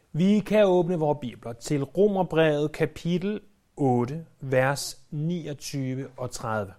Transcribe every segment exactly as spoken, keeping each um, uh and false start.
Vi kan åbne vores bibler til Romerbrevet kapitel otte, vers niogtyve og tredive.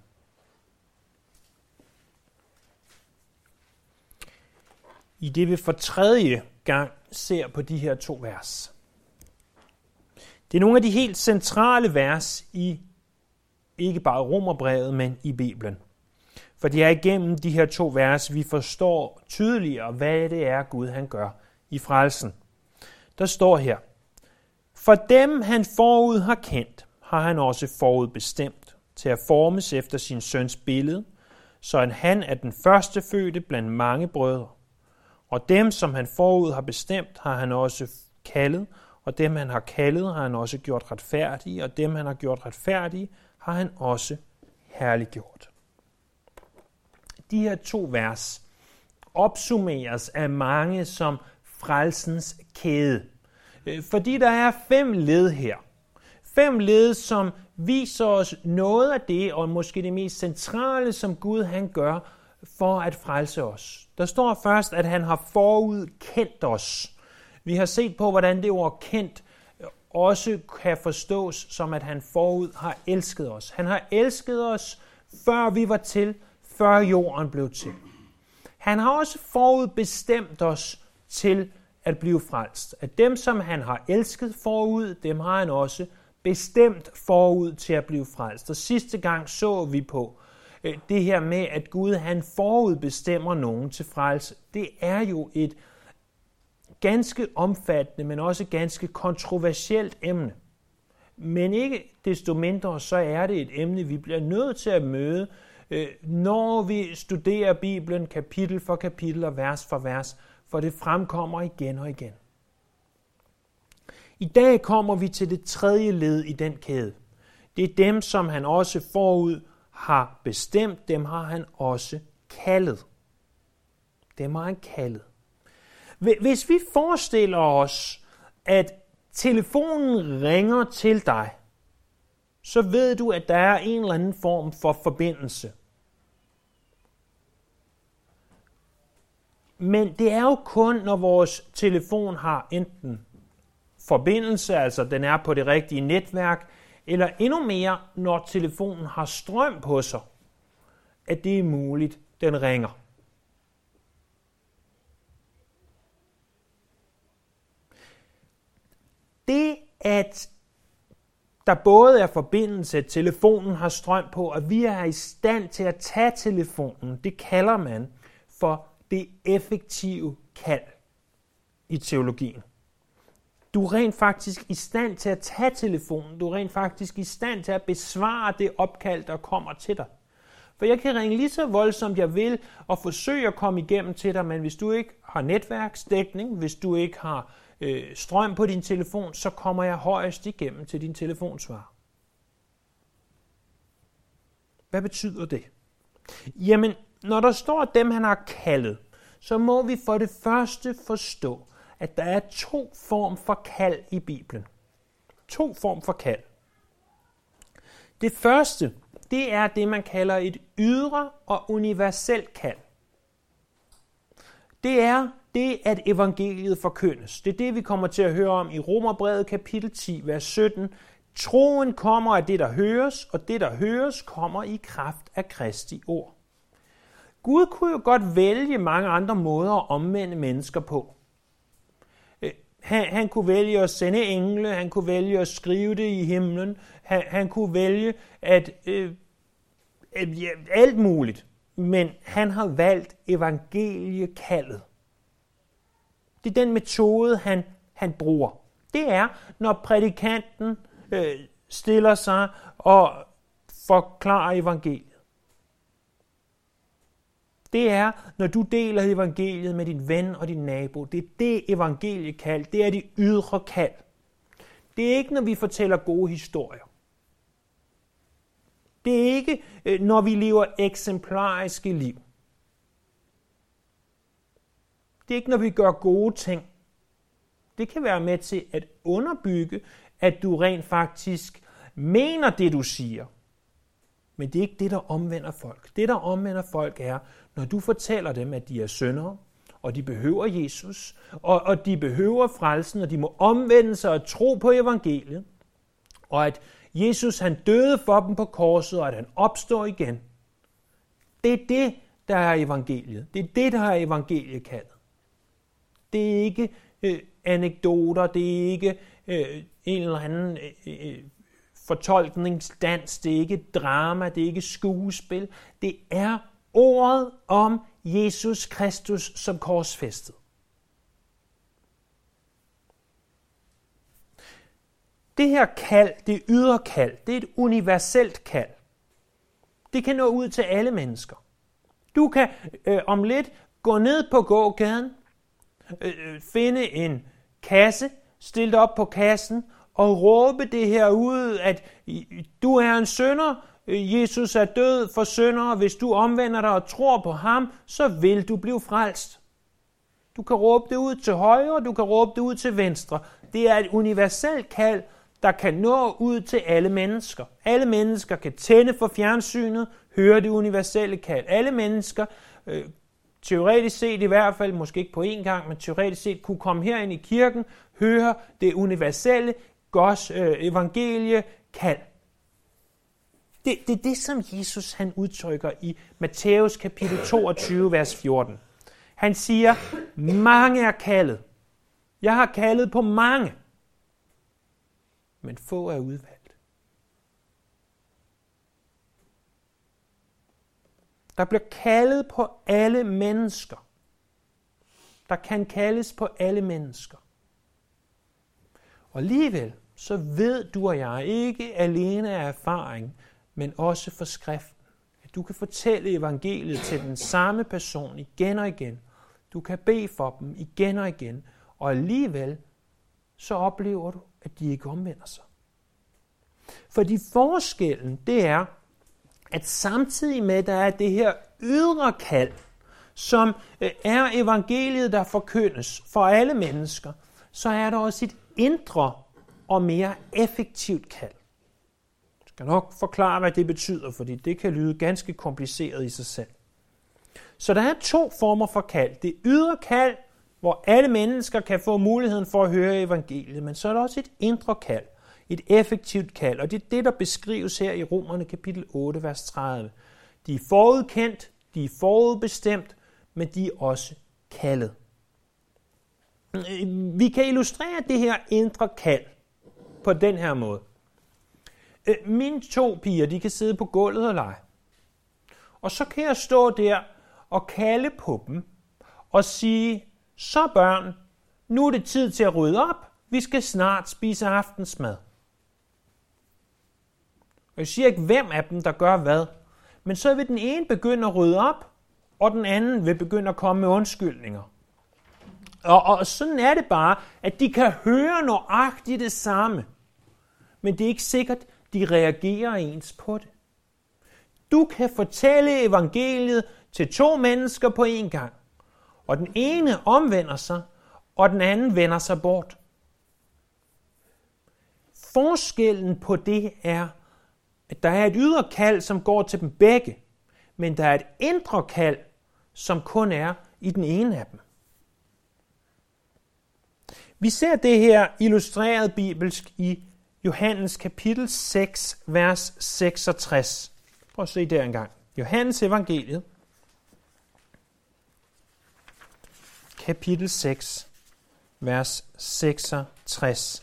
I det vi for tredje gang ser på de her to vers. Det er nogle af de helt centrale vers i ikke bare Romerbrevet, men i Bibelen. For det er igennem de her to vers, vi forstår tydeligere, hvad det er, Gud han gør i frelsen. Der står her: For dem han forud har kendt, har han også forud bestemt til at formes efter sin søns billede, så han er den første fødte blandt mange brødre. Og dem, som han forud har bestemt, har han også kaldet, og dem han har kaldet, har han også gjort retfærdige, og dem han har gjort retfærdige, har han også herliggjort. De her to vers opsummeres af mange som frelsens kæde. Fordi der er fem led her. Fem led, som viser os noget af det, og måske det mest centrale, som Gud han gør for at frelse os. Der står først, at han har forud kendt os. Vi har set på, hvordan det ord kendt også kan forstås som, at han forud har elsket os. Han har elsket os, før vi var til, før jorden blev til. Han har også forud bestemt os til at blive frelst. At dem, som han har elsket forud, dem har han også bestemt forud til at blive frelst. Og sidste gang så vi på det her med, at Gud han forud bestemmer nogen til frelse. Det er jo et ganske omfattende, men også ganske kontroversielt emne. Men ikke desto mindre, så er det et emne, vi bliver nødt til at møde, når vi studerer Bibelen kapitel for kapitel og vers for vers, for det fremkommer igen og igen. I dag kommer vi til det tredje led i den kæde. Det er dem, som han også forud har bestemt, dem har han også kaldet. Dem har han kaldet. Hvis vi forestiller os, at telefonen ringer til dig, så ved du, at der er en eller anden form for forbindelse. Men det er jo kun, når vores telefon har enten forbindelse, altså den er på det rigtige netværk, eller endnu mere, når telefonen har strøm på sig, at det er muligt, den ringer. Det, at der både er forbindelse, at telefonen har strøm på, og vi er i stand til at tage telefonen, det kalder man for det effektive kald i teologien. Du er rent faktisk i stand til at tage telefonen. Du er rent faktisk i stand til at besvare det opkald, der kommer til dig. For jeg kan ringe lige så voldsomt, jeg vil, og forsøge at komme igennem til dig, men hvis du ikke har netværksdækning, hvis du ikke har øh, strøm på din telefon, så kommer jeg højst igennem til din telefonsvarer. Hvad betyder det? Jamen, når der står dem, han har kaldet, så må vi for det første forstå, at der er to form for kald i Bibelen. To form for kald. Det første, det er det, man kalder et ydre og universelt kald. Det er det, at evangeliet forkyndes. Det er det, vi kommer til at høre om i Romerbrevet kapitel ti, vers sytten. Troen kommer af det, der høres, og det, der høres, kommer i kraft af Kristi ord. Gud kunne jo godt vælge mange andre måder at omvende mennesker på. Han, han kunne vælge at sende engle, han kunne vælge at skrive det i himlen, han, han kunne vælge at øh, øh, ja, alt muligt, men han har valgt evangeliekaldet. Det er den metode, han, han bruger. Det er, når prædikanten øh, stiller sig og forklarer evangeliet. Det er, når du deler evangeliet med din ven og din nabo. Det er det evangeliekald. Det er det ydre kald. Det er ikke, når vi fortæller gode historier. Det er ikke, når vi lever eksemplariske liv. Det er ikke, når vi gør gode ting. Det kan være med til at underbygge, at du rent faktisk mener det, du siger. Men det er ikke det, der omvender folk. Det, der omvender folk, er, når du fortæller dem, at de er syndere, og de behøver Jesus, og, og de behøver frelsen, og de må omvende sig og tro på evangeliet, og at Jesus han døde for dem på korset, og at han opstår igen. Det er det, der er evangeliet. Det er det, der er evangeliekaldet. Det er ikke øh, anekdoter, det er ikke øh, en eller anden øh, fortolkningsdans, det er ikke drama, det er ikke skuespil. Det er ordet om Jesus Kristus som korsfæstet. Det her kald, det ydre kald, det er et universelt kald. Det kan nå ud til alle mennesker. Du kan øh, om lidt gå ned på gågaden, øh, finde en kasse, stille dig op på kassen og råbe det her ud, at du er en synder, Jesus er død for syndere, hvis du omvender dig og tror på ham, så vil du blive frelst. Du kan råbe det ud til højre, du kan råbe det ud til venstre. Det er et universelt kald, der kan nå ud til alle mennesker. Alle mennesker kan tænde for fjernsynet, høre det universelle kald. Alle mennesker, øh, teoretisk set i hvert fald, måske ikke på én gang, men teoretisk set, kunne komme herind i kirken, høre det universelle Guds øh, evangelie kald. Det, det er det, som Jesus han udtrykker i Matthæus kapitel toogtyve, vers fjorten. Han siger, mange er kaldet. Jeg har kaldet på mange, men få er udvalgt. Der bliver kaldet på alle mennesker. Der kan kaldes på alle mennesker. Og alligevel, så ved du og jeg ikke alene af erfaring, men også for skriften. At du kan fortælle evangeliet til den samme person igen og igen. Du kan bede for dem igen og igen. Og alligevel, så oplever du, at de ikke omvender sig. Fordi forskellen, det er, at samtidig med, at der er det her ydre kald, som er evangeliet, der forkyndes for alle mennesker, så er der også et indre og mere effektivt kald. Jeg skal nok forklare, hvad det betyder, fordi det kan lyde ganske kompliceret i sig selv. Så der er to former for kald. Det ydre kald, hvor alle mennesker kan få muligheden for at høre evangeliet, men så er der også et indre kald, et effektivt kald, og det er det, der beskrives her i Romerne kapitel otte, vers tredive. De er forudkendt, de er forudbestemt, men de er også kaldet. Vi kan illustrere det her indre kald på den her måde. Mine to piger, de kan sidde på gulvet og lege. Og så kan jeg stå der og kalde på dem og sige, så børn, nu er det tid til at rydde op. Vi skal snart spise aftensmad. Og jeg siger ikke, hvem af dem, der gør hvad. Men så vil den ene begynde at rydde op, og den anden vil begynde at komme med undskyldninger. Og, og sådan er det bare, at de kan høre nøjagtigt det samme. Men det er ikke sikkert, de reagerer ens på det. Du kan fortælle evangeliet til to mennesker på én gang. Og den ene omvender sig, og den anden vender sig bort. Forskellen på det er, at der er et ydre kald, som går til dem begge, men der er et indre kald, som kun er i den ene af dem. Vi ser det her illustreret bibelsk i Johannes kapitel seks, vers seksogtres. Prøv at se der engang. Johannes evangeliet, kapitel seks, vers seksogtres.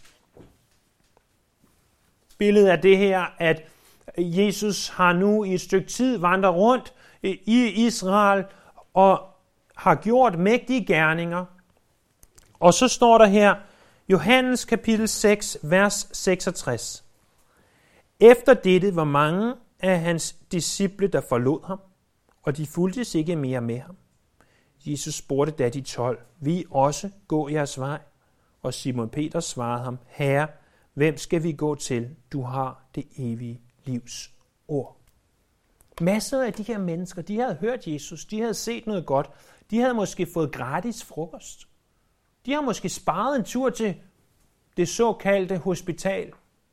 Billedet er det her, at Jesus har nu i et stykke tid vandret rundt i Israel og har gjort mægtige gerninger. Og så står der her, Johannes kapitel seks, vers seksogtres. Efter dette var mange af hans disciple, der forlod ham, og de fulgtes ikke mere med ham. Jesus spurgte da de tolv, vil I også gå jeres vej? Og Simon Peter svarede ham, Herre, hvem skal vi gå til? Du har det evige livs ord. Masser af de her mennesker, de havde hørt Jesus, de havde set noget godt, de havde måske fået gratis frokost. De har måske sparet en tur til det såkaldte hospital,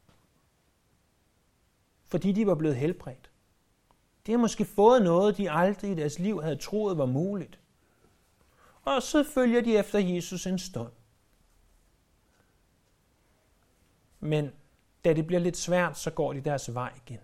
fordi de var blevet helbredt. De har måske fået noget, de aldrig i deres liv havde troet var muligt. og så følger de efter Jesus en stund. Men da det bliver lidt svært, så går de deres vej igen.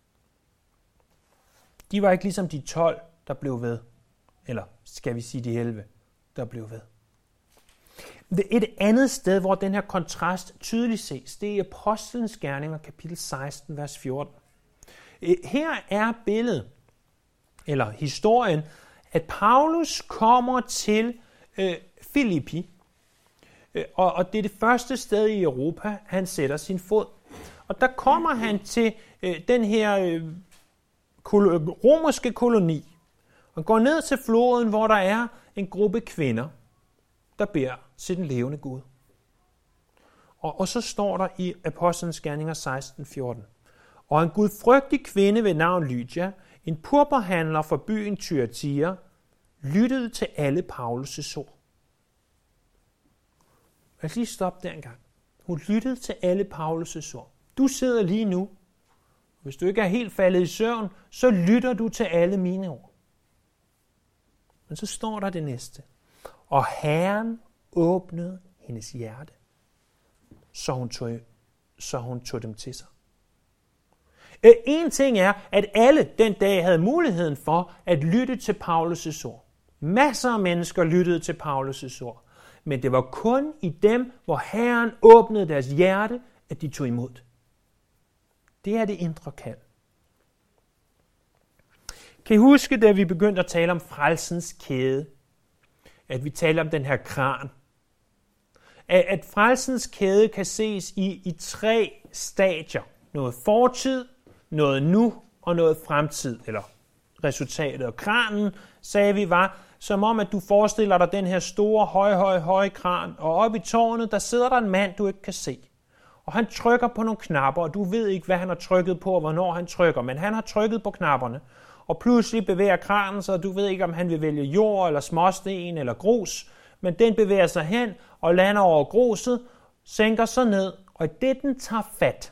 De var ikke ligesom de tolv, der blev ved. Eller skal vi sige de elleve, der blev ved. Et andet sted, hvor den her kontrast tydeligt ses, det er i Apostlenes Gerninger, kapitel seksten, vers fjorten. Her er billedet, eller historien, at Paulus kommer til øh, Filippi, øh, og, og det er det første sted i Europa, han sætter sin fod. Og der kommer han til øh, den her øh, kol- romerske koloni, og går ned til floden, hvor der er en gruppe kvinder, der beder til den levende Gud. Og, og så står der i Apostlenes Gerninger seksten fjorten. Og en gudfrygtig kvinde ved navn Lydia, en purpurhandler fra byen Thyatira, lyttede til alle Paulus' ord. Lad os lige stoppe der en gang. Hun lyttede til alle Paulus' ord. Du sidder lige nu. Hvis du ikke er helt faldet i søvn, så lytter du til alle mine ord. Men så står der det næste. Og Herren åbnede hendes hjerte, så hun tog, så hun tog dem til sig. En ting er, at alle den dag havde muligheden for at lytte til Paulus' ord. Masser af mennesker lyttede til Paulus' ord. Men det var kun i dem, hvor Herren åbnede deres hjerte, at de tog imod. Det er det indre kald. Kan I huske, da vi begyndte at tale om frelsens kæde? At vi talte om den her kran. At, at frelsens kæde kan ses i, i tre stadier. Noget fortid, noget nu og noget fremtid, eller resultatet. Og kranen, sagde vi, var som om, at du forestiller dig den her store, høje, høje, høje kran, og oppe i tårnet, der sidder der en mand, du ikke kan se. Og han trykker på nogle knapper, og du ved ikke, hvad han har trykket på, og hvornår han trykker, men han har trykket på knapperne. Og pludselig bevæger kranen sig, og du ved ikke, om han vil vælge jord, eller småsten, eller grus, men den bevæger sig hen og lander over gruset, sænker sig ned, og i det, den tager fat,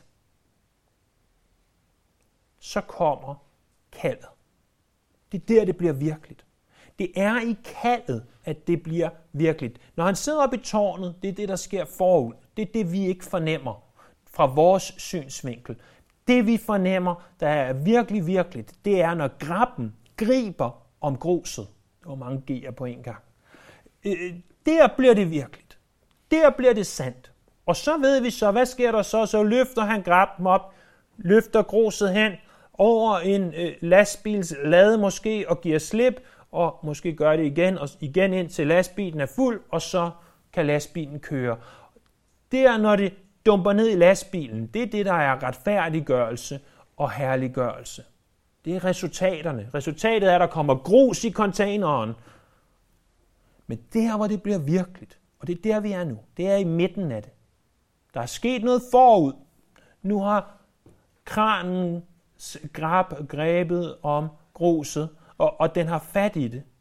så kommer kaldet. Det er der, det bliver virkeligt. Det er i kaldet, at det bliver virkeligt. Når han sidder oppe i tårnet, det er det, der sker forud. Det er det, vi ikke fornemmer fra vores synsvinkel. Det, vi fornemmer, der er virkelig virkeligt, det er, når grabben griber om gruset. Der var mange G'er på en gang. Der bliver det virkeligt. Der bliver det sandt. Og så ved vi så, hvad sker der så? Så løfter han grabben op, løfter gruset hen over en øh, lastbils lade måske, og giver slip, og måske gør det igen, og igen ind til lastbilen er fuld, og så kan lastbilen køre. Det er, når det dumper ned i lastbilen, det er det, der er retfærdiggørelse og herliggørelse. Det er resultaterne. Resultatet er, at der kommer grus i containeren. Men der, hvor det bliver virkeligt, og det er der, vi er nu, det er i midten af det. Der er sket noget forud. Nu har kranen grab grebet om gruset, og, og den har fat i det.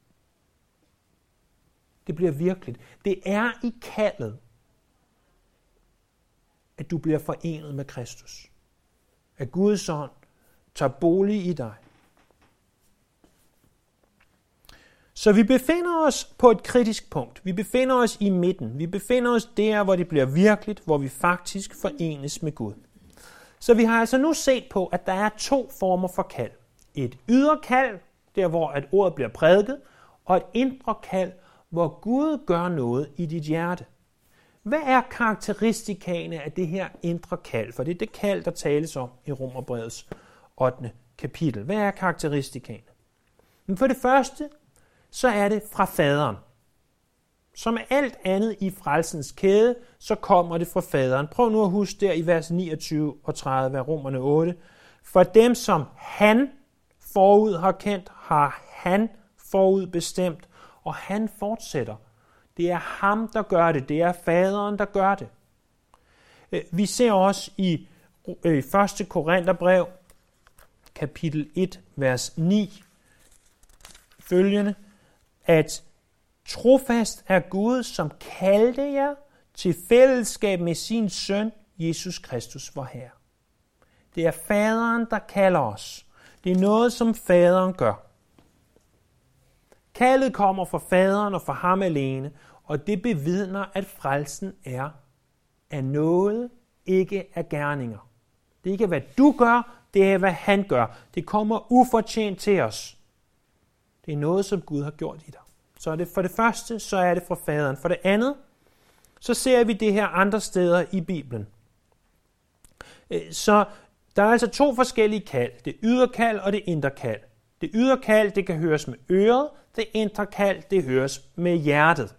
Det bliver virkeligt. Det er i kaldet, at du bliver forenet med Kristus. At Guds ånd tager bolig i dig. Så vi befinder os på et kritisk punkt. Vi befinder os i midten. Vi befinder os der, hvor det bliver virkeligt, hvor vi faktisk forenes med Gud. Så vi har altså nu set på, at der er to former for kald. Et ydre kald, der hvor at ordet bliver prædiket, og et indre kald, hvor Gud gør noget i dit hjerte. Hvad er karakteristikaene af det her indre kald? For det er det kald, der tales om i Romerbrevets ottende kapitel. Hvad er karakteristikaene? Men for det første, så er det fra faderen. Som alt andet i frelsens kæde, så kommer det fra faderen. Prøv nu at huske der i vers niogtyve og tredive af Romerne otte. For dem, som han forud har kendt, har han forud bestemt, og han fortsætter. Det er ham, der gør det. Det er faderen, der gør det. Vi ser også i første Korintherbrev, kapitel et, vers ni, følgende, at trofast er Gud, som kaldte jer til fællesskab med sin søn, Jesus Kristus, vor Herre. Det er faderen, der kalder os. Det er noget, som faderen gør. Kaldet kommer fra faderen og fra ham alene, og det bevidner, at frelsen er af noget, ikke af gerninger. Det er ikke, hvad du gør, det er, hvad han gør. Det kommer ufortjent til os. Det er noget, som Gud har gjort i dig. Så er det for det første, så er det fra faderen. For det andet, så ser vi det her andre steder i Bibelen. Så der er altså to forskellige kald. Det ydre kald og det indre kald. Det ydre kald, det kan høres med øret. Det indre kald, det høres med hjertet.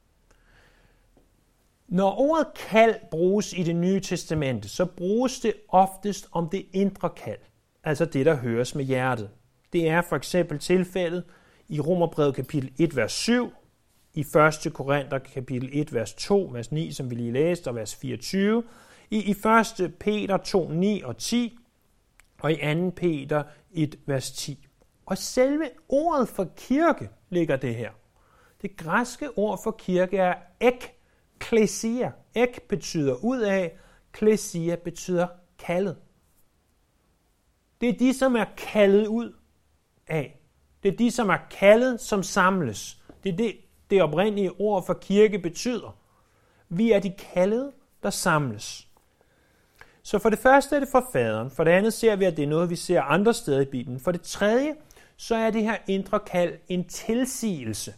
Når ordet kald bruges i Det Nye Testamente, så bruges det oftest om det indre kald. Altså det, der høres med hjertet. Det er for eksempel tilfældet i Romerbrevet kapitel et, vers syv, i første Korinther kapitel et, vers to, vers ni, som vi lige læste, og vers fireogtyve, i, i første Peter to, ni og ti, og i anden Peter et, vers ti. Og selve ordet for kirke ligger det her. Det græske ord for kirke er ekklesia. Ek betyder ud af, klesia betyder kaldet. Det er de, som er kaldet ud af. Det er de, som er kaldet, som samles. Det er det, det oprindelige ord for kirke betyder. Vi er de kaldede, der samles. Så for det første er det fra faderen. For det andet ser vi, at det er noget, vi ser andre steder i Bibelen. For det tredje, så er det her indre kald en tilsigelse.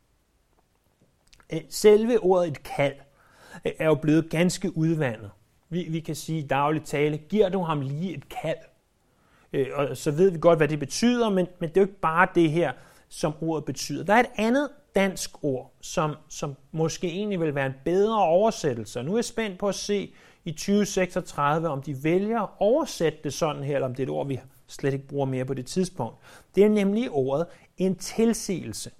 Selve ordet et kald er jo blevet ganske udvandet. Vi, vi kan sige i daglig tale, giver du ham lige et kald? Og så ved vi godt, hvad det betyder, men, men det er jo ikke bare det her, som ordet betyder. Der er et andet dansk ord, som, som måske egentlig vil være en bedre oversættelse. Nu er jeg spændt på at se i tyve seksogtredive, om de vælger at oversætte det sådan her, eller om det er et ord, vi slet ikke bruger mere på det tidspunkt. Det er nemlig ordet en tilsigelse.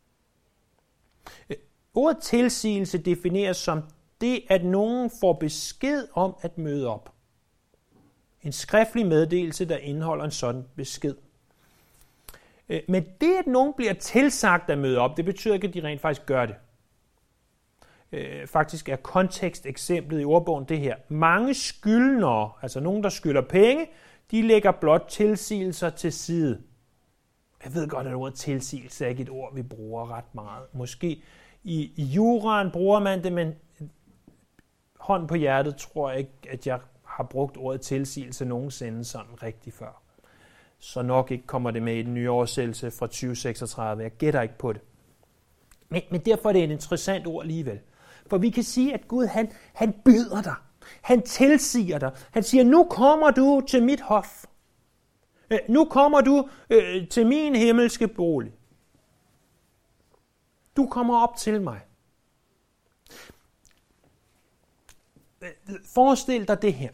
Ordet tilsigelse defineres som det, at nogen får besked om at møde op. En skriftlig meddelelse, der indeholder en sådan besked. Men det, at nogen bliver tilsagt at møde op, det betyder ikke, at de rent faktisk gør det. Faktisk er konteksteksemplet i ordbogen det her. Mange skyldnere, altså nogen, der skylder penge, de lægger blot tilsigelser til side. Jeg ved godt, at ordet tilsigelse er ikke et ord, vi bruger ret meget. Måske i, i juraen bruger man det, men hånd på hjertet tror jeg ikke, at jeg har brugt ordet tilsigelse nogensinde sådan rigtig før. Så nok ikke kommer det med i den nye oversættelse fra tyve seksogtredive. Jeg gætter ikke på det. Men, men derfor er det et interessant ord alligevel. For vi kan sige, at Gud han, han byder dig. Han tilsiger dig. Han siger, nu kommer du til mit hof. Nu kommer du øh, til min himmelske bolig. Du kommer op til mig. Forestil dig det her.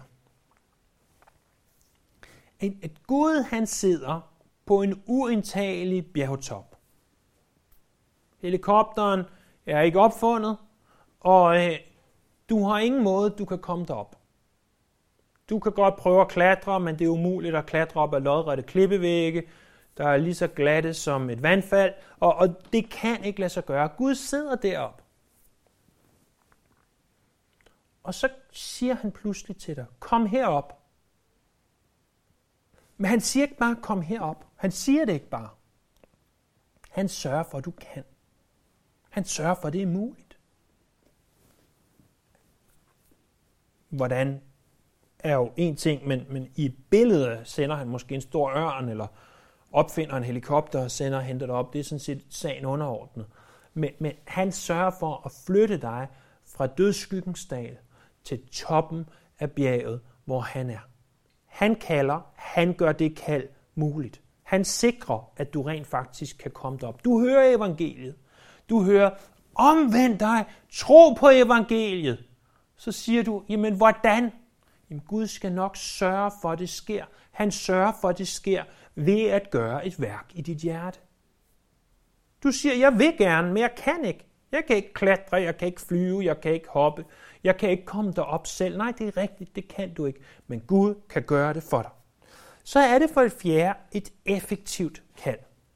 At Gud han sidder på en uindtagelig bjergtop. Helikopteren er ikke opfundet, og øh, du har ingen måde, du kan komme derop. Du kan godt prøve at klatre, men det er umuligt at klatre op ad lodrette klippevægge, der er lige så glatte som et vandfald, og, og det kan ikke lade sig gøre. Gud sidder deroppe. Og så siger han pludselig til dig, kom herop. Men han siger ikke bare, kom herop. Han siger det ikke bare. Han sørger for, at du kan. Han sørger for, at det er muligt. Hvordan er jo en ting, men, men i billedet sender han måske en stor ørn, eller opfinder en helikopter og sender og henter dig op. Det er sådan set sagen underordnet. Men, men han sørger for at flytte dig fra dødsskyggens dal til toppen af bjerget, hvor han er. Han kalder, han gør det kald muligt. Han sikrer, at du rent faktisk kan komme derop. Du hører evangeliet. Du hører, omvend dig, tro på evangeliet. Så siger du, jamen hvordan? Jamen Gud skal nok sørge for, at det sker. Han sørger for, at det sker ved at gøre et værk i dit hjerte. Du siger, jeg vil gerne, men jeg kan ikke. Jeg kan ikke klatre, jeg kan ikke flyve, jeg kan ikke hoppe, jeg kan ikke komme derop selv. Nej, det er rigtigt, det kan du ikke. Men Gud kan gøre det for dig. Så er det for det fjerde et effektivt kald.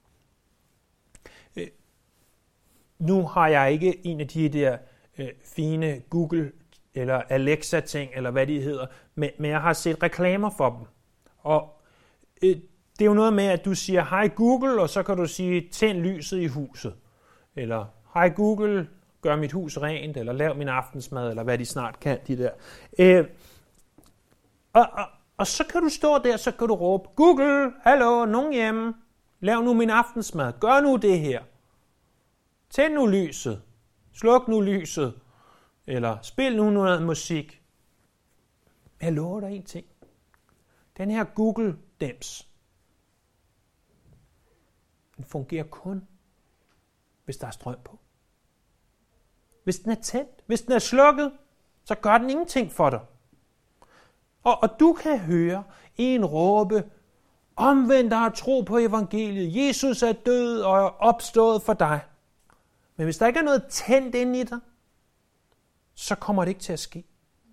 Øh, nu har jeg ikke en af de der øh, fine Google eller Alexa-ting, eller hvad de hedder, men, men jeg har set reklamer for dem. Og øh, Det er jo noget med, at du siger, hej Google, og så kan du sige, tænd lyset i huset. Eller, hej Google, gør mit hus rent, eller lav min aftensmad, eller hvad de snart kan, de der. Øh, og, og, og så kan du stå der, så kan du råbe, Google, hallo, nogen hjemme, lav nu min aftensmad, gør nu det her. Tænd nu lyset, sluk nu lyset, eller spil nu noget musik. Jeg lover dig en ting. Den her Google-dims, den fungerer kun, hvis der er strøm på. Hvis den er tændt, hvis den er slukket, så gør den ingenting for dig. Og, og du kan høre en råbe, omvend dig og tro på evangeliet. Jesus er død og er opstået for dig. Men hvis der ikke er noget tændt inde i dig, så kommer det ikke til at ske.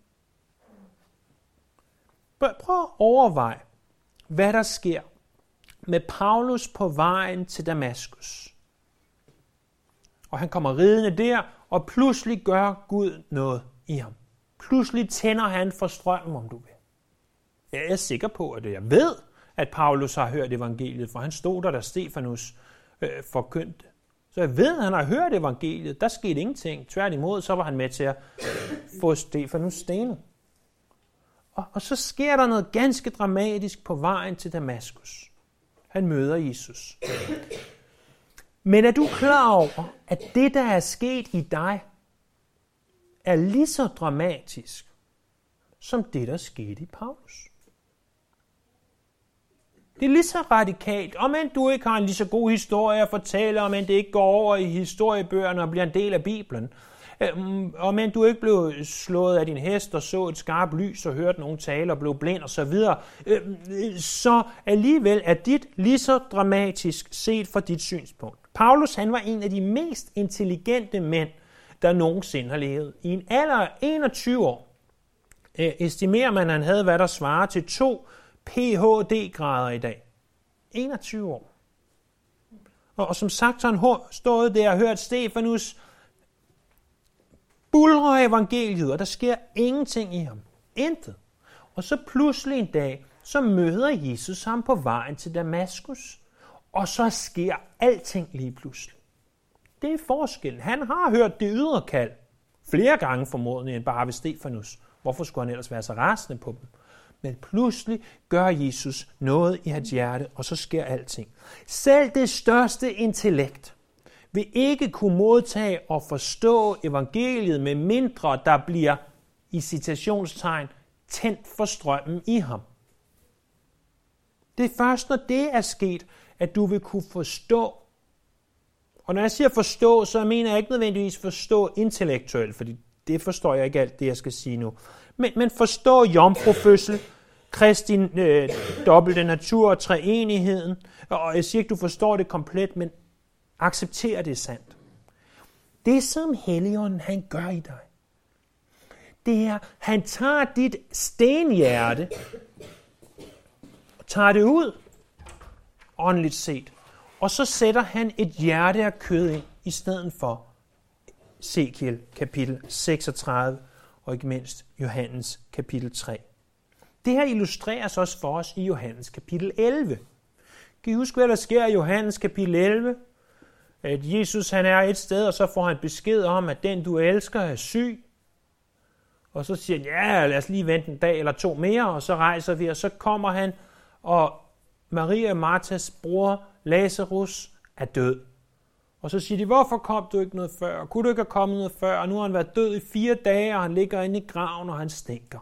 Prøv at overveje, hvad der sker med Paulus på vejen til Damaskus. Og han kommer ridende der, og pludselig gør Gud noget i ham. Pludselig tænder han for strømmen, om du vil. Jeg er sikker på, at jeg ved, at Paulus har hørt evangeliet, for han stod der, da Stefanus øh, forkyndte. Så jeg ved, at han har hørt evangeliet. Der skete ingenting. Tværtimod, så var han med til at få Stefanus stenet. Og, og så sker der noget ganske dramatisk på vejen til Damaskus. Han møder Jesus. Men er du klar over, at det, der er sket i dig, er lige så dramatisk, som det, der skete i Paulus? Det er lige så radikalt, om end du ikke har en lige så god historie at fortælle, om end det ikke går over i historiebøgerne og bliver en del af Bibelen, om end du ikke blev slået af din hest og så et skarpt lys og hørte nogen tale og blev blind osv., så alligevel er dit lige så dramatisk set fra dit synspunkt. Paulus, han var en af de mest intelligente mænd, der nogensinde har levet. I en alder af enogtyve år estimerer man, at han havde, hvad der svarer til to P H D-grader i dag. enogtyve år. Og, og som sagt, så han stået der og hørt Stefanus bulre evangeliet, og der sker ingenting i ham. Intet. Og så pludselig en dag, så møder Jesus ham på vejen til Damaskus, og så sker alting lige pludselig. Det er forskellen. Han har hørt det ydre kald flere gange formodentlig end bare ved Stefanus. Hvorfor skulle han ellers være så rasende på dem? Men pludselig gør Jesus noget i hans hjerte, og så sker alting. Selv det største intellekt vil ikke kunne modtage og forstå evangeliet, med mindre der bliver, i citationstegn, tændt for strømmen i ham. Det er først, når det er sket, at du vil kunne forstå. Og når jeg siger forstå, så mener jeg ikke nødvendigvis forstå intellektuelt, fordi det forstår jeg ikke alt det, jeg skal sige nu. Men, men forstå jomfrufødsel, Kristi øh, dobbelte natur og treenigheden. Og jeg siger ikke, du forstår det komplet, men accepter det sandt. Det, som Helligånden han gør i dig, det er, han tager dit stenhjerte og tager det ud, åndeligt set, og så sætter han et hjerte af kød ind, i stedet for Ezekiel kapitel seksogtredive, og ikke mindst Johannes kapitel tre. Det her illustreres også for os i Johannes kapitel elleve. Kan I huske, hvad der sker i Johannes kapitel elleve? At Jesus han er et sted, og så får han besked om, at den du elsker er syg. Og så siger han, ja, lad os lige vente en dag eller to mere, og så rejser vi, og så kommer han, og Maria og Marthas bror Lazarus er død. Og så siger de, hvorfor kom du ikke noget før? Kunne du ikke have kommet noget før? Og nu har han været død i fire dage, og han ligger inde i graven, og han stinker.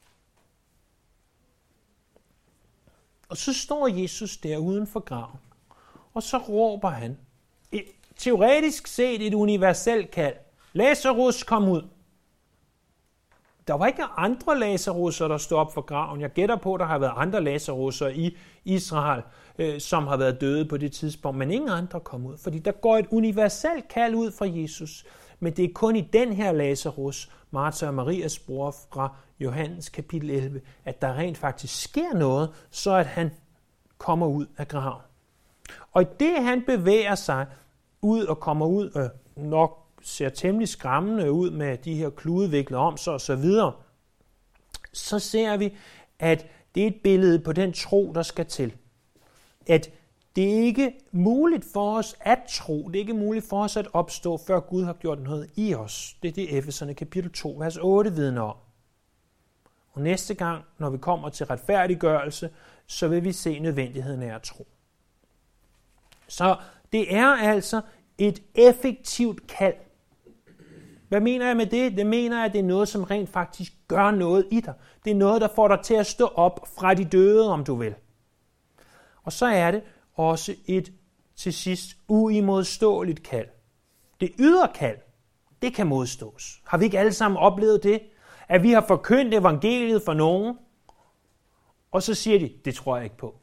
Og så står Jesus der uden for graven, og så råber han, teoretisk set et universelt kald, Lazarus, kom ud. Der var ikke andre Lazarusser, der stod op for graven. Jeg gætter på, at der har været andre Lazarusser i Israel, øh, som har været døde på det tidspunkt, men ingen andre kom ud, fordi der går et universelt kald ud fra Jesus. Men det er kun i den her Lazarus, Martha og Marias bror fra Johannes kapitel elleve, at der rent faktisk sker noget, så at han kommer ud af graven. Og i det, han bevæger sig ud og kommer ud, og nok ser temmelig skræmmende ud med de her kludevikler om sig og så videre, så ser vi, at det er et billede på den tro, der skal til. at det er ikke muligt for os at tro, det er ikke muligt for os at opstå, før Gud har gjort noget i os. Det er det, Efeserne kapitel to, vers otte vidner om. Og næste gang, når vi kommer til retfærdiggørelse, så vil vi se nødvendigheden af at tro. Så det er altså et effektivt kald. Hvad mener jeg med det? Det mener jeg, at det er noget, som rent faktisk gør noget i dig. Det er noget, der får dig til at stå op fra de døde, om du vil. Og så er det også et til sidst uimodståeligt kald. Det ydre kald, det kan modstås. Har vi ikke alle sammen oplevet det? At vi har forkyndt evangeliet for nogen, og så siger de, det tror jeg ikke på.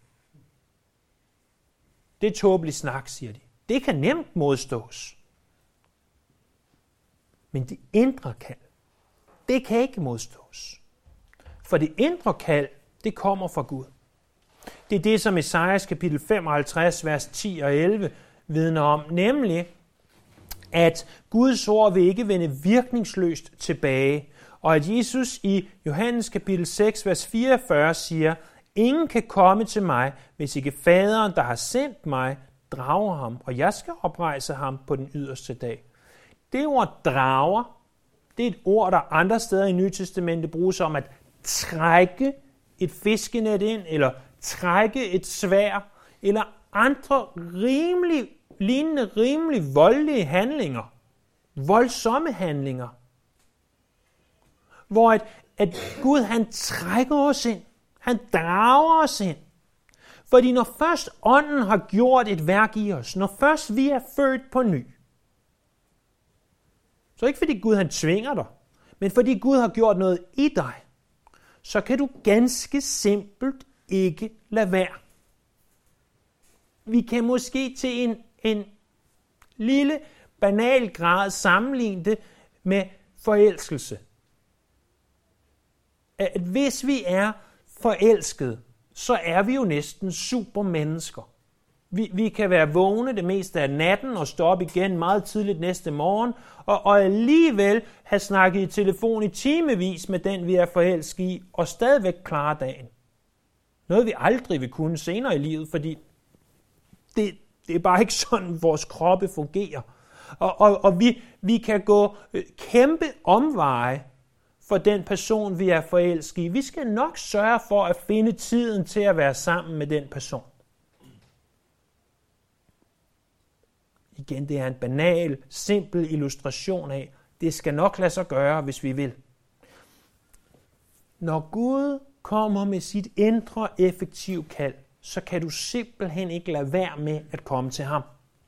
Det er tåbelig snak, siger de. Det kan nemt modstås. Men det indre kald, det kan ikke modstås. For det indre kald, det kommer fra Gud. Det er det, som Esajas kapitel femoghalvtreds, vers ti og elleve vidner om, nemlig, at Guds ord vil ikke vende virkningsløst tilbage, og at Jesus i Johannes kapitel seks, vers fireogfyrre siger, ingen kan komme til mig, hvis ikke faderen, der har sendt mig, drager ham, og jeg skal oprejse ham på den yderste dag. Det ord drager, det er et ord, der andre steder i Nye Testamentet bruges om at trække et fiskenet ind, eller trække et sværd, eller andre rimelig, lignende rimelig voldelige handlinger, voldsomme handlinger, hvor at, at Gud han trækker os ind, han drager os ind. Fordi når først ånden har gjort et værk i os, når først vi er født på ny, så ikke fordi Gud han tvinger dig, men fordi Gud har gjort noget i dig, så kan du ganske simpelt ikke lade være. Vi kan måske til en, en lille banal grad sammenligne det med forelskelse. At hvis vi er forelskede, så er vi jo næsten supermennesker. Vi, vi kan være vågne det meste af natten og stå op igen meget tidligt næste morgen, og, og alligevel have snakket i telefon i timevis med den, vi er forelsket i, og stadigvæk klare dagen. Noget, vi aldrig vil kunne senere i livet, fordi det, det er bare ikke sådan, vores kroppe fungerer. Og, og, og vi, vi kan gå kæmpe omveje for den person, vi er forelsket i. Vi skal nok sørge for at finde tiden til at være sammen med den person. Igen, det er en banal, simpel illustration af, det skal nok lade sig gøre, hvis vi vil. Når Gud kommer med sit indre effektive kald, så kan du simpelthen ikke lade være med at komme til ham.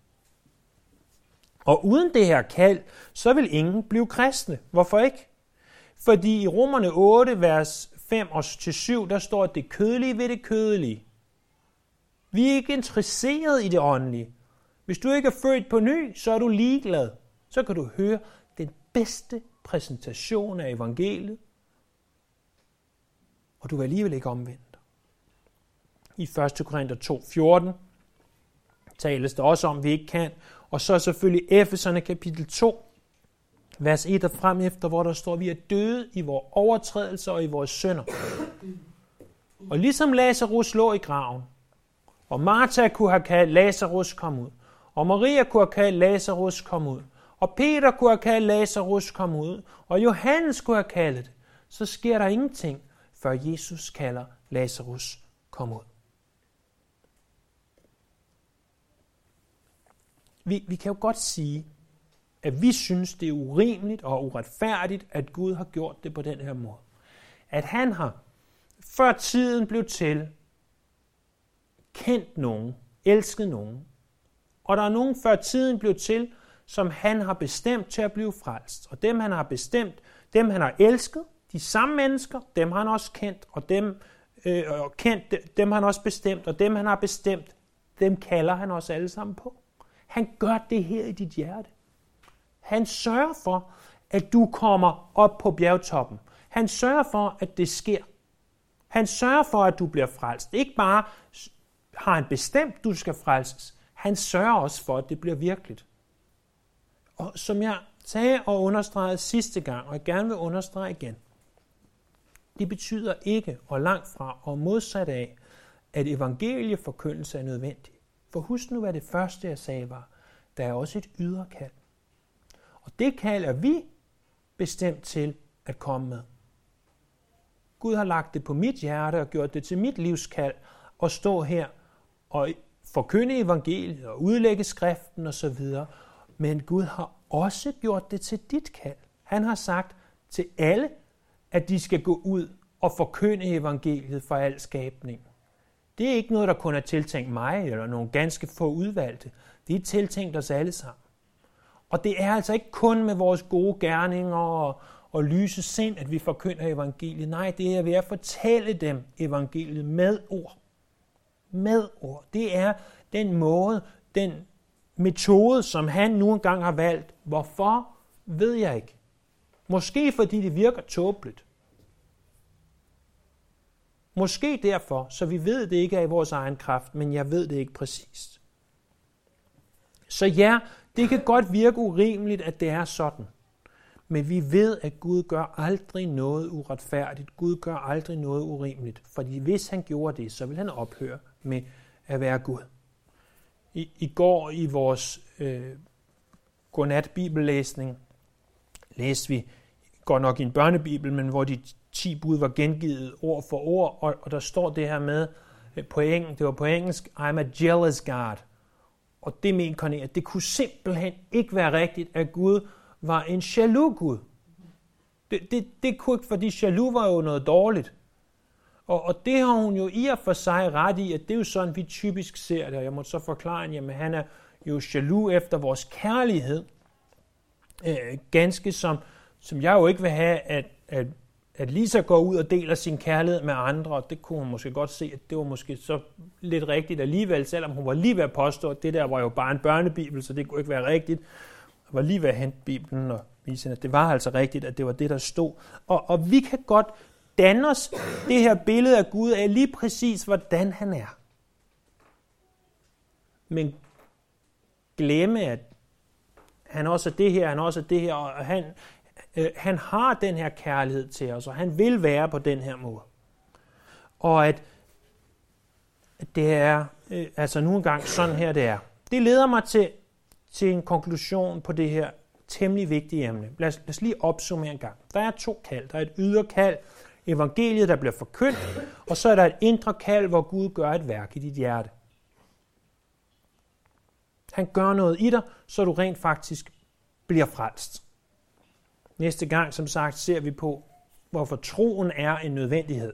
Og uden det her kald, så vil ingen blive kristne. Hvorfor ikke? Fordi i Romerne otte, vers fem til syv, der står, at det kødelige ved det kødelige. Vi er ikke interesseret i det åndelige. Hvis du ikke er født på ny, så er du ligeglad. Så kan du høre den bedste præsentation af evangeliet, og du vil alligevel ikke omvende dig. I første Korinther to, fjorten tales der også om, at vi ikke kan. Og så selvfølgelig Efeserne kapitel to, vers et og frem efter, hvor der står, at vi er døde i vores overtrædelser og i vores synder. Og ligesom Lazarus lå i graven, og Martha kunne have kaldt Lazarus kom ud, og Maria kunne have kaldt Lazarus kom ud, og Peter kunne have kaldt Lazarus kom ud, og Johannes kunne have kaldt det, så sker der ingenting, før Jesus kalder Lazarus kom ud. Vi, vi kan jo godt sige, at vi synes, det er urimeligt og uretfærdigt, at Gud har gjort det på den her måde. At han har, før tiden blev til, kendt nogen, elsket nogen, og der er nogen, før tiden blev til, som han har bestemt til at blive frelst. Og dem, han har bestemt, dem han har elsket, de samme mennesker, dem har han også kendt, og dem, øh, kendt, dem har han også bestemt, og dem han har bestemt, dem kalder han også alle sammen på. Han gør det her i dit hjerte. Han sørger for, at du kommer op på bjergtoppen. Han sørger for, at det sker. Han sørger for, at du bliver frelst. Ikke bare har han bestemt, du skal frelses. Han sørger også for, at det bliver virkeligt. Og som jeg sagde og understregede sidste gang, og jeg gerne vil understrege igen, det betyder ikke, og langt fra og modsat af, at evangelieforkyndelse er nødvendig. For husk nu, hvad det første, jeg sagde, var. Der er også et ydre kald. Og det kald er vi bestemt til at komme med. Gud har lagt det på mit hjerte og gjort det til mit livskald at stå her og forkynde evangeliet og udlægge skriften osv. Men Gud har også gjort det til dit kald. Han har sagt til alle, at de skal gå ud og forkynde evangeliet for al skabning. Det er ikke noget, der kun er tiltænkt mig eller nogle ganske få udvalgte. Det er tiltænkt os alle sammen. Og det er altså ikke kun med vores gode gerninger og, og lyse sind, at vi forkynder evangeliet. Nej, det er ved at fortælle dem evangeliet med ord. Med ord. Det er den måde, den metode, som han nu engang har valgt. Hvorfor, ved jeg ikke. Måske fordi det virker tåbeligt. Måske derfor, så vi ved det ikke er i vores egen kraft, men jeg ved det ikke præcist. Så ja, det kan godt virke urimeligt, at det er sådan. Men vi ved, at Gud gør aldrig noget uretfærdigt. Gud gør aldrig noget urimeligt. Fordi hvis han gjorde det, så vil han ophøre med at være Gud. I, i går i vores øh, godnat-bibellæsning læste vi godt nok i en børnebibel, men hvor de ti bud var gengivet ord for ord, og, og der står det her med på engelsk, det var på engelsk, I'm a jealous God. Og det mente Cornelia, at det kunne simpelthen ikke være rigtigt, at Gud var en jaloux Gud. Det, det, det kunne ikke, fordi jaloux var jo noget dårligt. Og, og det har hun jo i og for sig ret i, at det er jo sådan, vi typisk ser det. Og jeg må så forklare, at han er jo jaloux efter vores kærlighed. Øh, ganske som, som jeg jo ikke vil have, at, at, at Lisa går ud og deler sin kærlighed med andre. Og det kunne hun måske godt se, at det var måske så lidt rigtigt alligevel, selvom hun var lige ved at påstå, at det der var jo bare en børnebibel, så det kunne ikke være rigtigt. Jeg var lige ved at hente Bibelen og vise, at det var altså rigtigt, at det var det, der stod. Og, og vi kan godt danne os det her billede af Gud af lige præcis, hvordan han er. Men glemme, at han også er det her, han også er det her, og han, øh, han har den her kærlighed til os, og han vil være på den her måde. Og at, at det er, øh, altså nu engang sådan her det er. Det leder mig til, til en konklusion på det her temmelig vigtige emne. Lad os, lad os lige opsummere en gang. Der er to kald. Der er et ydre kald, evangeliet, der bliver forkyndt, og så er der et indre kald, hvor Gud gør et værk i dit hjerte. Han gør noget i dig, så du rent faktisk bliver frelst. Næste gang, som sagt, ser vi på, hvorfor troen er en nødvendighed.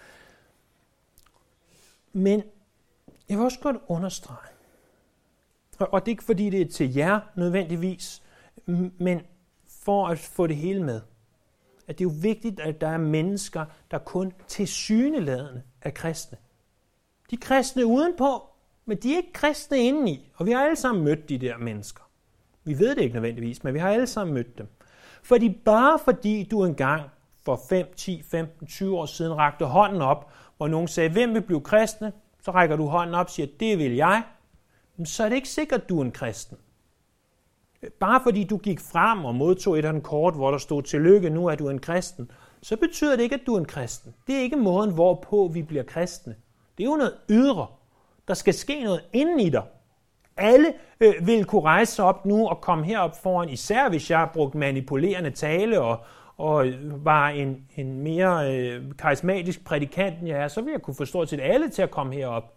Men jeg vil også godt understrege, og det er ikke fordi, det er til jer nødvendigvis, men for at få det hele med, at det er jo vigtigt, at der er mennesker, der kun tilsyneladende er kristne. De er kristne udenpå, men de er ikke kristne indeni, og vi har alle sammen mødt de der mennesker. Vi ved det ikke nødvendigvis, men vi har alle sammen mødt dem. Fordi bare fordi du engang for fem, ti, femten, tyve år siden rakte hånden op, hvor nogen sagde, hvem vil blive kristne? Så rækker du hånden op og siger, det vil jeg. Men så er det ikke sikkert, at du er en kristen. Bare fordi du gik frem og modtog et af en kort, hvor der stod, tillykke, nu er du en kristen, så betyder det ikke, at du er en kristen. Det er ikke måden, hvorpå vi bliver kristne. Det er jo noget ydre. Der skal ske noget inden i dig. Alle øh, vil kunne rejse sig op nu og komme herop foran, især hvis jeg har brugt manipulerende tale og, og var en, en mere øh, karismatisk prædikant end jeg er, så vil jeg kunne få stort set alle til at komme herop.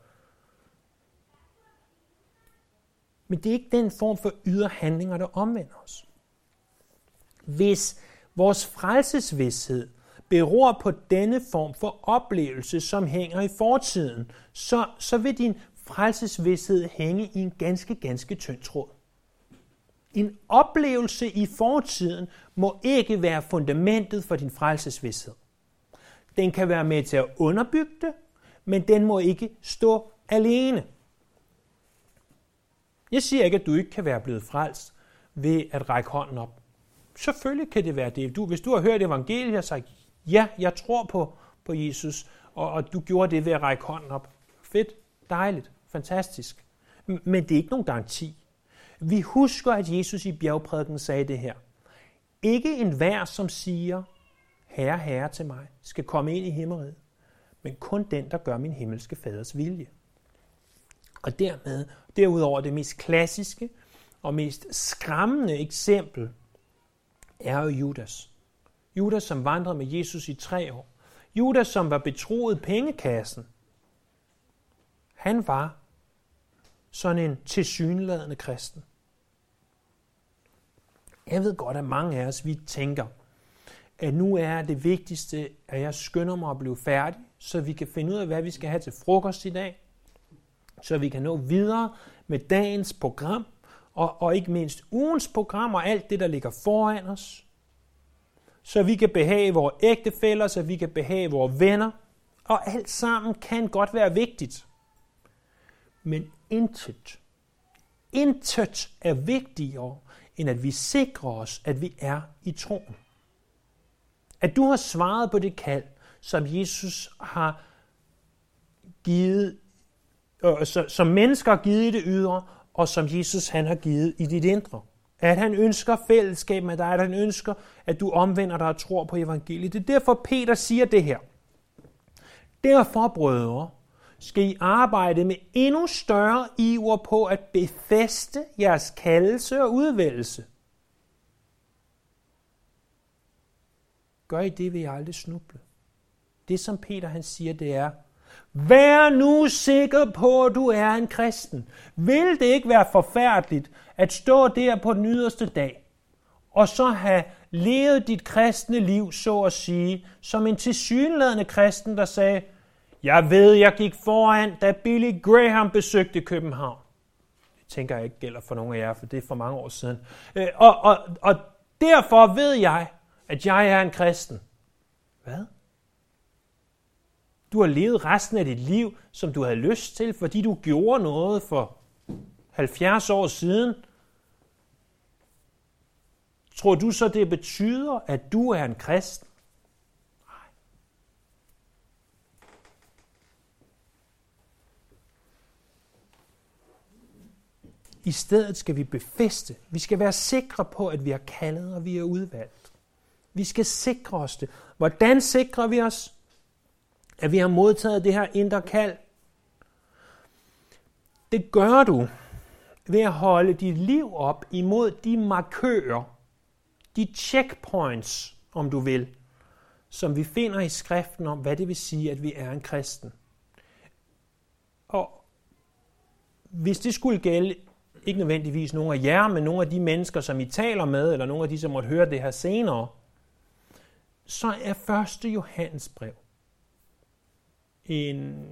Men det er ikke den form for ydre handlinger, der omvender os. Hvis vores frelsesvidshed beror på denne form for oplevelse, som hænger i fortiden, så, så vil din frelsesvidshed hænge i en ganske, ganske tynd tråd. En oplevelse i fortiden må ikke være fundamentet for din frelsesvidshed. Den kan være med til at underbygge det, men den må ikke stå alene. Jeg siger ikke, at du ikke kan være blevet frelst ved at række hånden op. Selvfølgelig kan det være det. Du, hvis du har hørt evangeliet og sagt, ja, jeg tror på, på Jesus, og, og du gjorde det ved at række hånden op. Fedt, dejligt, fantastisk. Men det er ikke nogen garanti. Vi husker, at Jesus i bjergprædiken sagde det her. Ikke enhver, som siger, Herre, Herre til mig, skal komme ind i himmeriget, men kun den, der gør min himmelske faders vilje. Og dermed, derudover det mest klassiske og mest skræmmende eksempel er jo Judas. Judas, som vandrede med Jesus i tre år. Judas, som var betroet pengekassen. Han var sådan en tilsyneladende kristen. Jeg ved godt, at mange af os, vi tænker, at nu er det vigtigste, at jeg skynder mig at blive færdig, så vi kan finde ud af, hvad vi skal have til frokost i dag, så vi kan nå videre med dagens program, og, og ikke mindst ugens program og alt det, der ligger foran os, så vi kan behage vores ægtefæller, så vi kan behage vores venner, og alt sammen kan godt være vigtigt. Men intet, intet er vigtigere, end at vi sikrer os, at vi er i troen. At du har svaret på det kald, som Jesus har givet, øh, som mennesker har givet i det ydre, og som Jesus han har givet i dit indre. At han ønsker fællesskab med dig, at han ønsker, at du omvender dig og tror på evangeliet. Det er derfor, Peter siger det her. Derfor, brødre, skal I arbejde med endnu større iver på at befæste jeres kaldelse og udvælgelse. Gør I det, vil I aldrig snuble. Det, som Peter han siger, det er, vær nu sikker på, at du er en kristen. Vil det ikke være forfærdeligt at stå der på den yderste dag, og så have levet dit kristne liv, så at sige, som en tilsyneladende kristen, der sagde, jeg ved, jeg gik foran, da Billy Graham besøgte København. Det tænker jeg ikke gælder for nogen af jer, for det er for mange år siden. Og, og, og derfor ved jeg, at jeg er en kristen. Hvad? Du har levet resten af dit liv, som du havde lyst til, fordi du gjorde noget for halvfjerds år siden. Tror du så, det betyder, at du er en kristen? Nej. I stedet skal vi befæste. Vi skal være sikre på, at vi er kaldet og vi er udvalgt. Vi skal sikre os det. Hvordan sikrer vi os, at vi har modtaget det her indre kald? Det gør du ved at holde dit liv op imod de markører, de checkpoints, om du vil, som vi finder i skriften om, hvad det vil sige, at vi er en kristen. Og hvis det skulle gælde, ikke nødvendigvis nogle af jer, men nogle af de mennesker, som I taler med, eller nogle af de, som måtte høre det her senere, så er første Johannes brev en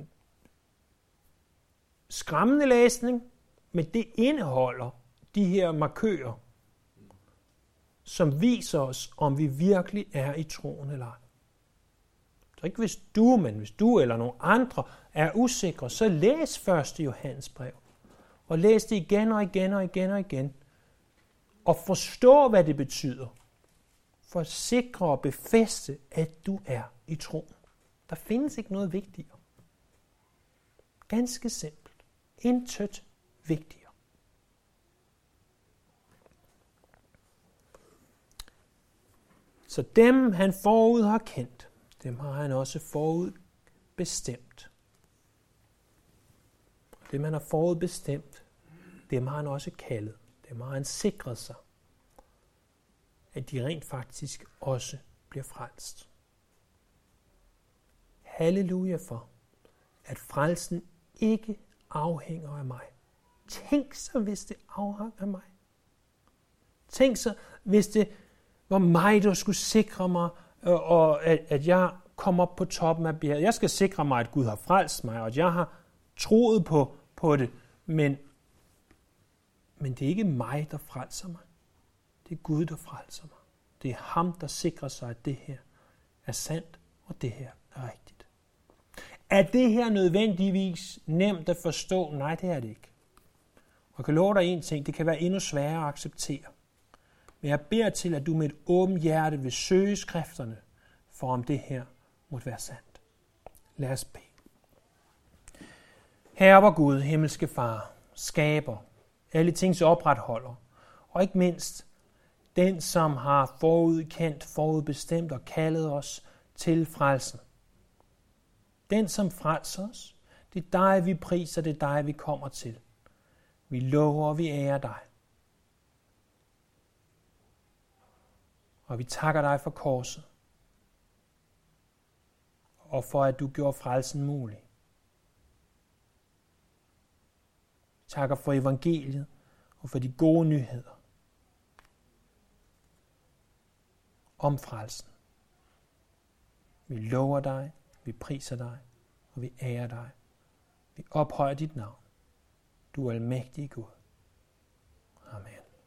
skræmmende læsning, men det indeholder de her markører, som viser os, om vi virkelig er i troen eller ej. Så ikke hvis du, men hvis du eller nogle andre er usikre, så læs første Johannes brev. Og læs det igen og igen og igen og igen. Og forstå, hvad det betyder. For at sikre og befæste, at du er i troen. Der findes ikke noget vigtigere. Ganske simpelt. Intet vigtigere. Så dem, han forud har kendt, dem har han også forud bestemt. Dem, han har forud bestemt, dem har han også kaldet. Dem har han sikret sig, at de rent faktisk også bliver frelst. Halleluja for, at frelsen ikke afhænger af mig. Tænk så, hvis det afhænger af mig. Tænk så, hvis det var mig, der skulle sikre mig, og at, at jeg kom op på toppen af bjerget. Jeg skal sikre mig, at Gud har frelst mig, og at jeg har troet på, på det. Men, men det er ikke mig, der frelser mig. Det er Gud, der frelser mig. Det er ham, der sikrer sig, at det her er sandt, og det her er rigtigt. Er det her nødvendigvis nemt at forstå? Nej, det er det ikke. Og jeg kan love dig en ting, det kan være endnu sværere at acceptere. Men jeg beder til, at du med et åbent hjerte vil søge skrifterne, for om det her måtte være sandt. Lad os bede. Herre vor Gud, himmelske Far, skaber, alle tings opretholder, og ikke mindst den, som har forudkendt, forudbestemt og kaldet os til frelsen. Den, som frelser os. Det er dig, vi priser, det er dig, vi kommer til. Vi lover, og vi ærer dig. Og vi takker dig for korset. Og for, at du gjorde frelsen mulig. Vi takker for evangeliet og for de gode nyheder om frelsen. Vi lover dig, vi priser dig, og vi ærer dig. Vi ophøjer dit navn. Du er almægtig Gud. Amen.